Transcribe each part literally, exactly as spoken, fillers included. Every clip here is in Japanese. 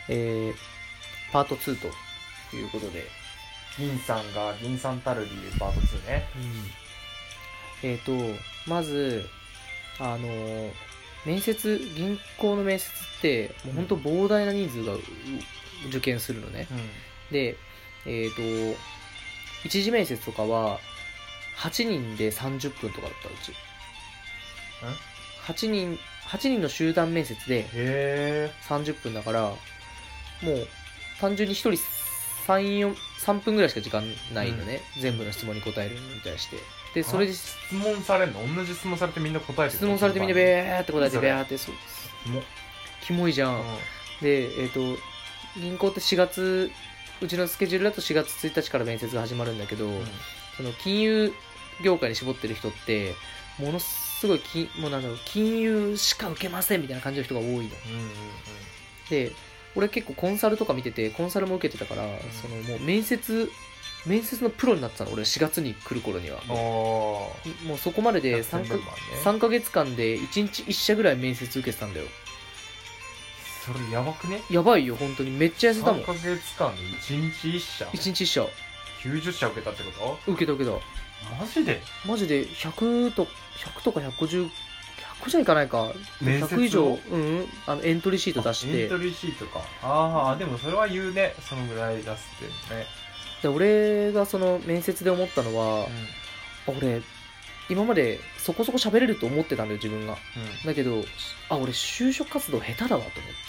えー、パートツーということで、 銀さんが銀さんたる理由パートツーね。 うん、えっ、ー、とまずあのー、面接銀行の面接ってもう本当膨大な人数が受験するのね、 うん、 でえっ、ー、と一次面接とかははちにんでさんじゅっぷんとかだったうち。はちにんはちにんの集団面接でさんじゅっぷんだから、もう単純にひとりさん、よん、さんぷんぐらいしか時間ないのね、うん、全部の質問に答えるのに対して。でそれで質問されるの、同じ質問されてみんな答えてる、 質問されてみんなベーって答えてベーって、そうキモいじゃん、うん、でえっ、ー、と銀行ってしがつ、うちのスケジュールだとしがつついたちから面接が始まるんだけど、うん、その金融業界に絞ってる人ってものすごいきもうなんだろう、金融しか受けませんみたいな感じの人が多いの、うんうんうん、で俺結構コンサルとか見てて、コンサルも受けてたから、うん、そのもう面接面接のプロになってたの、俺しがつに来る頃にはもう、もうそこまでで 3, か、ね、さんかげつかんでいちにちいっしゃぐらい面接受けてたんだよ。 それやばくね？ やばいよ本当に、めっちゃ痩せたもん。 さんかげつかんでいちにちいっしゃいちにちいっしゃきゅうじゅっしゃ受けたってこと？ 受けた受けた。 マジでマジでひゃくとひゃくとかひゃくごじゅう、ひゃくじゃいかないか、 面接ひゃく以上、うん、あのエントリーシート出して。 エントリーシートか。ああ、でもそれは言うね、そのぐらい出すってね。 で俺がその面接で思ったのは、うん、俺今までそこそこ喋れると思ってたんだよ自分が、うん、だけどあ俺就職活動下手だわと思って、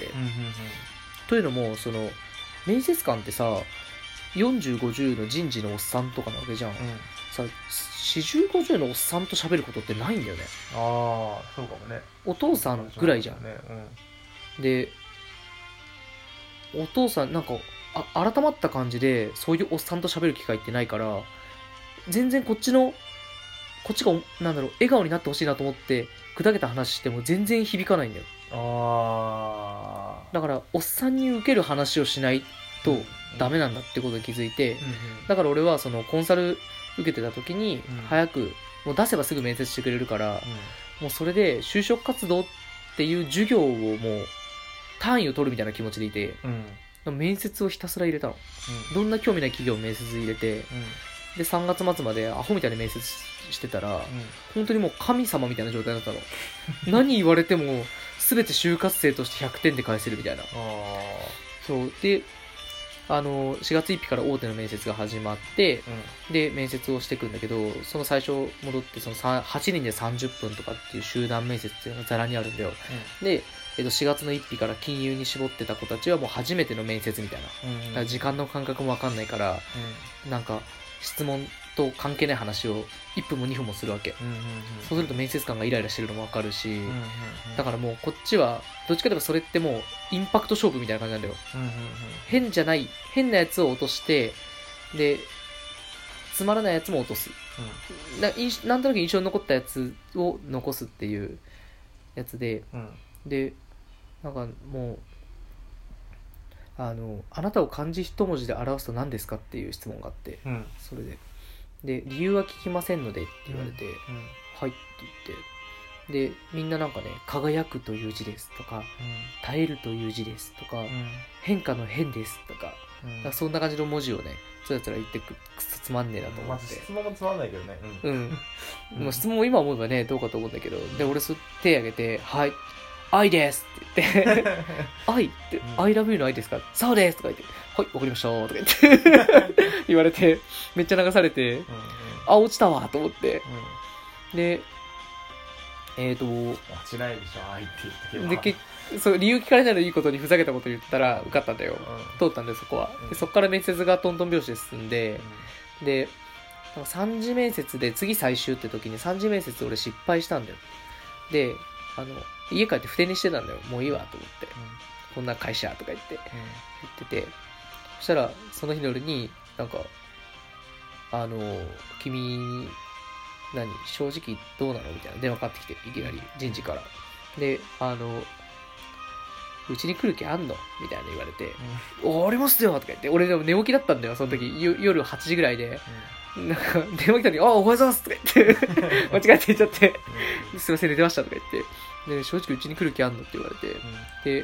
うんうんうん、というのもその面接官ってさよんじゅう、ごじゅうの人事のおっさんとかなわけじゃん、うん、さよんじゅう、ごじゅうのおっさんと喋ることってないんだよね。 ああ、そうかもね。 お父さんぐらいじゃん、ね、うん、でお父さんなんかあ改まった感じでそういうおっさんと喋る機会ってないから、全然こっちのこっちがなんだろう笑顔になってほしいなと思って砕けた話しても全然響かないんだよ。 あだからおっさんに受ける話をしないとダメなんだってことに気づいて、うんうん、だから俺はそのコンサル受けてた時に早く、もう出せばすぐ面接してくれるから、うん、もうそれで就職活動っていう授業をもう単位を取るみたいな気持ちでいて、うん、面接をひたすら入れたの、うん、どんな興味ない企業面接入れて、うん、でさんがつ末までアホみたいな面接してたら、うん、本当にもう神様みたいな状態だったの何言われても全て就活生としてひゃくてんで返せるみたいな。あそうであのしがつついたちから大手の面接が始まって、うん、で面接をしていくんだけど、その最初戻ってそのはちにんでさんじゅっぷんとかっていう集団面接っていうのがざらにあるんだよ、うん、で、えっと、しがつのついたちから金融に絞ってた子たちはもう初めての面接みたいな、うんうん、だから時間の感覚も分かんないから、うん、なんか質問と関係ない話をいっぷんもにふんもするわけ、うんうんうん、そうすると面接官がイライラしてるのも分かるし、うんうんうん、だからもうこっちはどっちかというとそれってもうインパクト勝負みたいな感じなんだよ、うんうんうん、変じゃない変なやつを落としてでつまらないやつも落とす、うん、ななんとなく印象に残ったやつを残すっていうやつで、うん、でなんかもうあのあなたを漢字一文字で表すと何ですかっていう質問があって、うん、それでで理由は聞きませんのでって言われて、うんうん、はいって言ってでみんななんかね輝くという字ですとか、うん、耐えるという字ですとか、うん、変化の変ですとか、うん、かそんな感じの文字をねつらつら言ってくくそつまんねえなと思って、まあ、質問もつまんないけどねうん、うん、もう質問も今思えばねどうかと思うんだけど、で俺そ手挙げてはい愛ですって言って愛って、うん、I love you の愛ですか、そうですとか言ってはいわかりましたとか言って言われてめっちゃ流されて、うんうん、あ落ちたわと思って、うん、でえっ、ー、と落ちないでしょ愛って言ったけどでそう理由聞かれないのいいことにふざけたこと言ったら受かったんだよ、うん、通ったんだよそこは、うん、でそこから面接がトントン拍子で進んで、うん、でさん次面接で次最終って時にさん次面接俺失敗したんだよ。であの家帰って不定にしてたんだよ、もういいわと思って、うん、こんな会社とか言って、うん、言ってて、そしたらその日の夜になんかあの君何正直どうなのみたいな電話かかってきていきなり人事からであのうちに来る気あんのみたいな言われて、うん、おありますよとか言って、俺でも寝起きだったんだよその時、うん、夜はちじぐらいで、うん、なんか電話来た時あおはようございますとか言って間違えて言っちゃって、うん、すいません寝てましたとか言ってで正直うちに来る気あんのって言われて、うん、で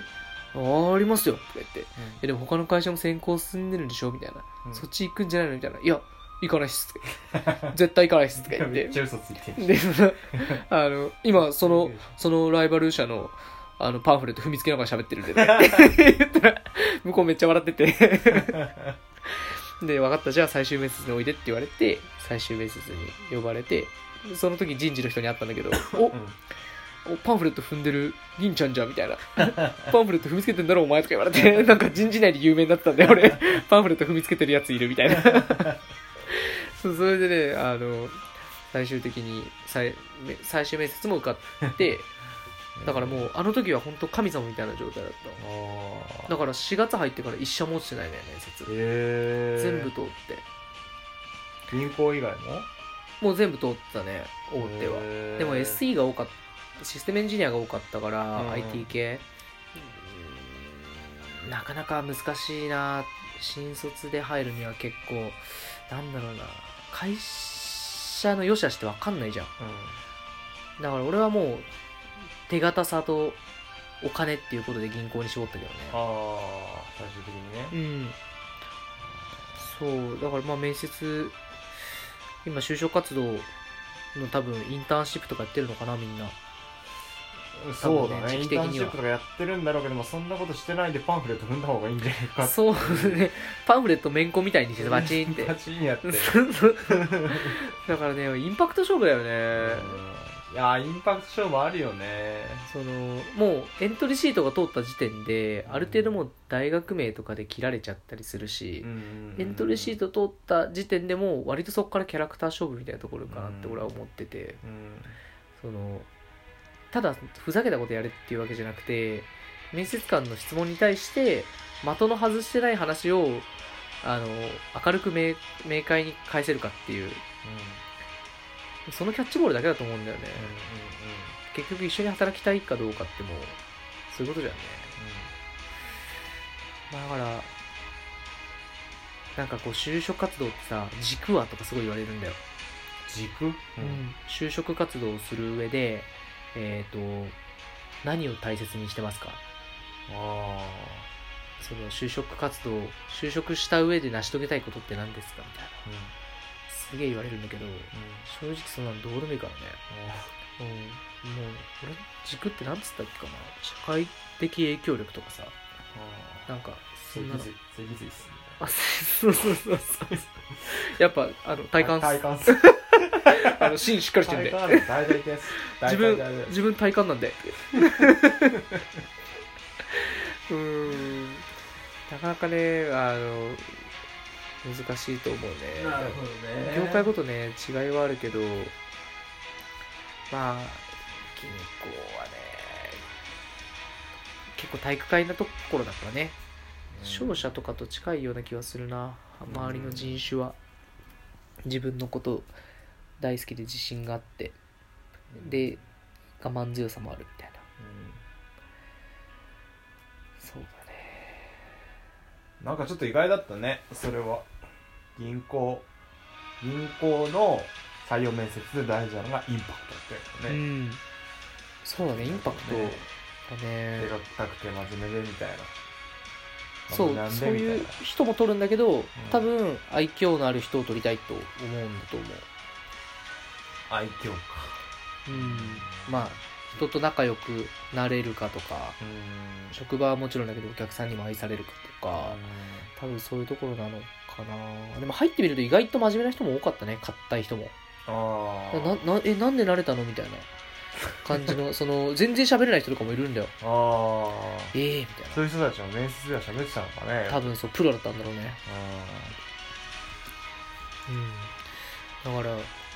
ありますよとか言って、うん、えでも他の会社も先行進んでるんでしょみたいな、うん、そっち行くんじゃないのみたいな、いや行かないっすとか絶対行かないっすとか言ってめっちゃ嘘ついてるであの今そのそのライバル社のあのパンフレット踏みつけながら喋ってるんで、ね、言ったら向こうめっちゃ笑っててで分かったじゃあ最終面接においでって言われて最終面接に呼ばれてその時人事の人に会ったんだけどお、うんおパンフレット踏んでる銀ちゃんじゃんみたいなパンフレット踏みつけてんだろお前とか言われてなんか人事内で有名になったんで俺パンフレット踏みつけてるやついるみたいなそ, それでねあの最終的に 最, 最終面接も受かってだからもうあの時は本当神様みたいな状態だっただからしがつ入ってから一社も落ちてないね面接へ全部通って銀行以外ももう全部通ったね大手はでも エスイー が多かったシステムエンジニアが多かったから、うん、アイティー 系なかなか難しいな新卒で入るには結構なんだろうな会社の良し悪しって分かんないじゃん、うん、だから俺はもう手堅さとお金っていうことで銀行に絞ったけどねああ最終的にねうんそうだからまあ面接今就職活動の多分インターンシップとかやってるのかなみんなそうだね、インターンシップとかやってるんだろうけどもそんなことしてないでパンフレット踏んだ方がいいんじゃないかそうねパンフレットめんこみたいにしてバチンってバチンやってだからねインパクト勝負だよねいやインパクト勝負あるよねそのもうエントリーシートが通った時点である程度もう大学名とかで切られちゃったりするし、うん、エントリーシート通った時点でもう割とそこからキャラクター勝負みたいなところかなって俺は思ってて、うん、そのただふざけたことやれっていうわけじゃなくて面接官の質問に対して的の外してない話をあの明るく 明, 明快に返せるかっていう、うん、そのキャッチボールだけだと思うんだよね、うんうんうん、結局一緒に働きたいかどうかってもうそういうことじゃんね、うん、だからなんかこう就職活動ってさ軸はとかすごい言われるんだよ軸、うん、 就職活動をする上でえーと何を大切にしてますかあその就職活動就職した上で成し遂げたいことって何ですかみたいな、うん、すげえ言われるんだけど、うん、正直そんなのどうでもいいからね、うん、もう俺軸って何つったっけかな社会的影響力とかさなんかそんなの脊髄っすねあそうそうそうそうやっぱあの体幹体幹っすあの芯しっかりしてるんで大体です自分自分体幹なんでうーんなかなかねあの難しいと思うねなるほどね業界ごとね違いはあるけどまあ銀行はね結構体育会なところだからね商社とかと近いような気はするな周りの人種は自分のこと大好きで自信があってで我慢強さもあるみたいな、うん、そうだねなんかちょっと意外だったねそれは銀行銀行の採用面接で大事なのがインパクトってね、うん、 そうだねインパクトだね手が高くて真面目でみたいなそうそういう人も取るんだけど、うん、多分愛嬌のある人を取りたいと思うんだと思う愛嬌かうんまあ人と仲良くなれるかとかうん職場はもちろんだけどお客さんにも愛されるかとか多分そういうところなのかなでも入ってみると意外と真面目な人も多かったね硬い人もあななえなんで慣れたのみたいな感じのその全然喋れない人とかもいるんだよああええー、みたいなそういう人たちも面接では喋ってたのかね多分そうプロだったんだろうねあうんだから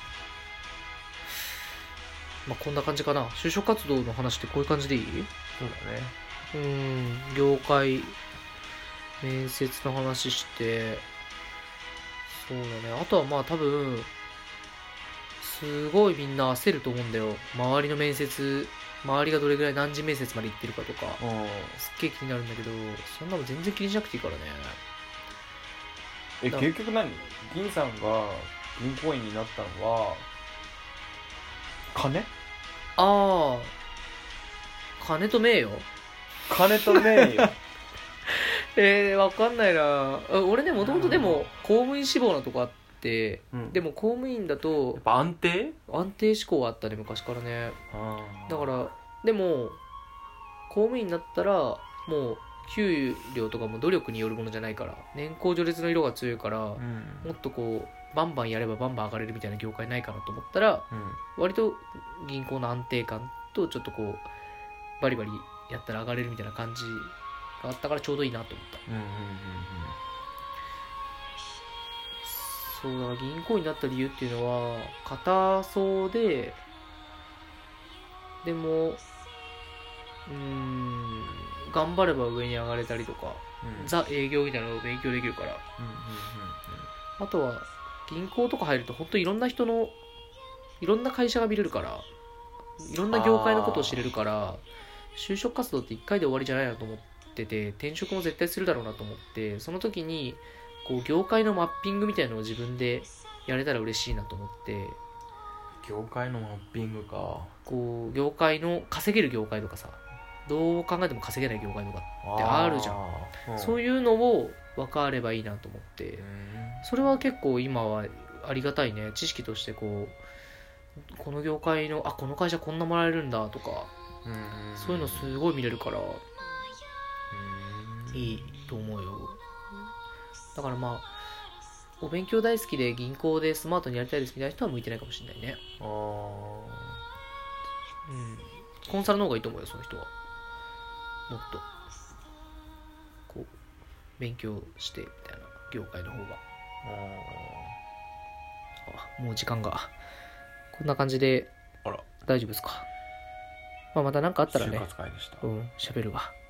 まあこんな感じかな就職活動の話ってこういう感じでいいそうだねうん業界面接の話してそうだねあとはまあ多分すごいみんな焦ると思うんだよ周りの面接周りがどれぐらい何時面接まで行ってるかとかすっげえ気になるんだけどそんなの全然気にしなくていいからねえ結局何銀さんが銀行員になったのは金ああ金と名誉金と名誉えー、わかんないな。俺ね、もともとでも公務員志望のとこあって、うん、でも公務員だとやっぱ安定安定志向はあったね、昔からね。だからでも公務員になったらもう給料とかも努力によるものじゃないから、年功序列の色が強いから、うん、もっとこうバンバンやればバンバン上がれるみたいな業界ないかなと思ったら、うん、割と銀行の安定感とちょっとこうバリバリやったら上がれるみたいな感じがあったからちょうどいいなと思った。うんうんうんうん、そうだから銀行になった理由っていうのは硬そうで、でもうーん頑張れば上に上がれたりとか、うん、ザ営業みたいなのを勉強できるから、うんうんうんうん、あとは銀行とか入ると本当いろんな人のいろんな会社が見れるから、いろんな業界のことを知れるから、就職活動っていっかいで終わりじゃないなと思ってて、転職も絶対するだろうなと思って、その時にこう業界のマッピングみたいなのを自分でやれたら嬉しいなと思って。 業界のマッピングか。 こう業界の稼げる業界とかさ、どう考えても稼げない業界とかってあるじゃん、うん、そういうのを分かればいいなと思って、それは結構今はありがたいね。知識としてこうこの業界のあこの会社こんなもらえるんだとか、うんそういうのすごい見れるからいいと思うよ。だからまあお勉強大好きで銀行でスマートにやりたいですみたいな人は向いてないかもしれないね。ああ、うん、コンサルの方がいいと思うよ、その人は。もっとこう勉強してみたいな業界の方が。あもう時間がこんな感じで。あら大丈夫ですか。まあ、また何かあったらね、 就活会でした。 うん、喋るわ。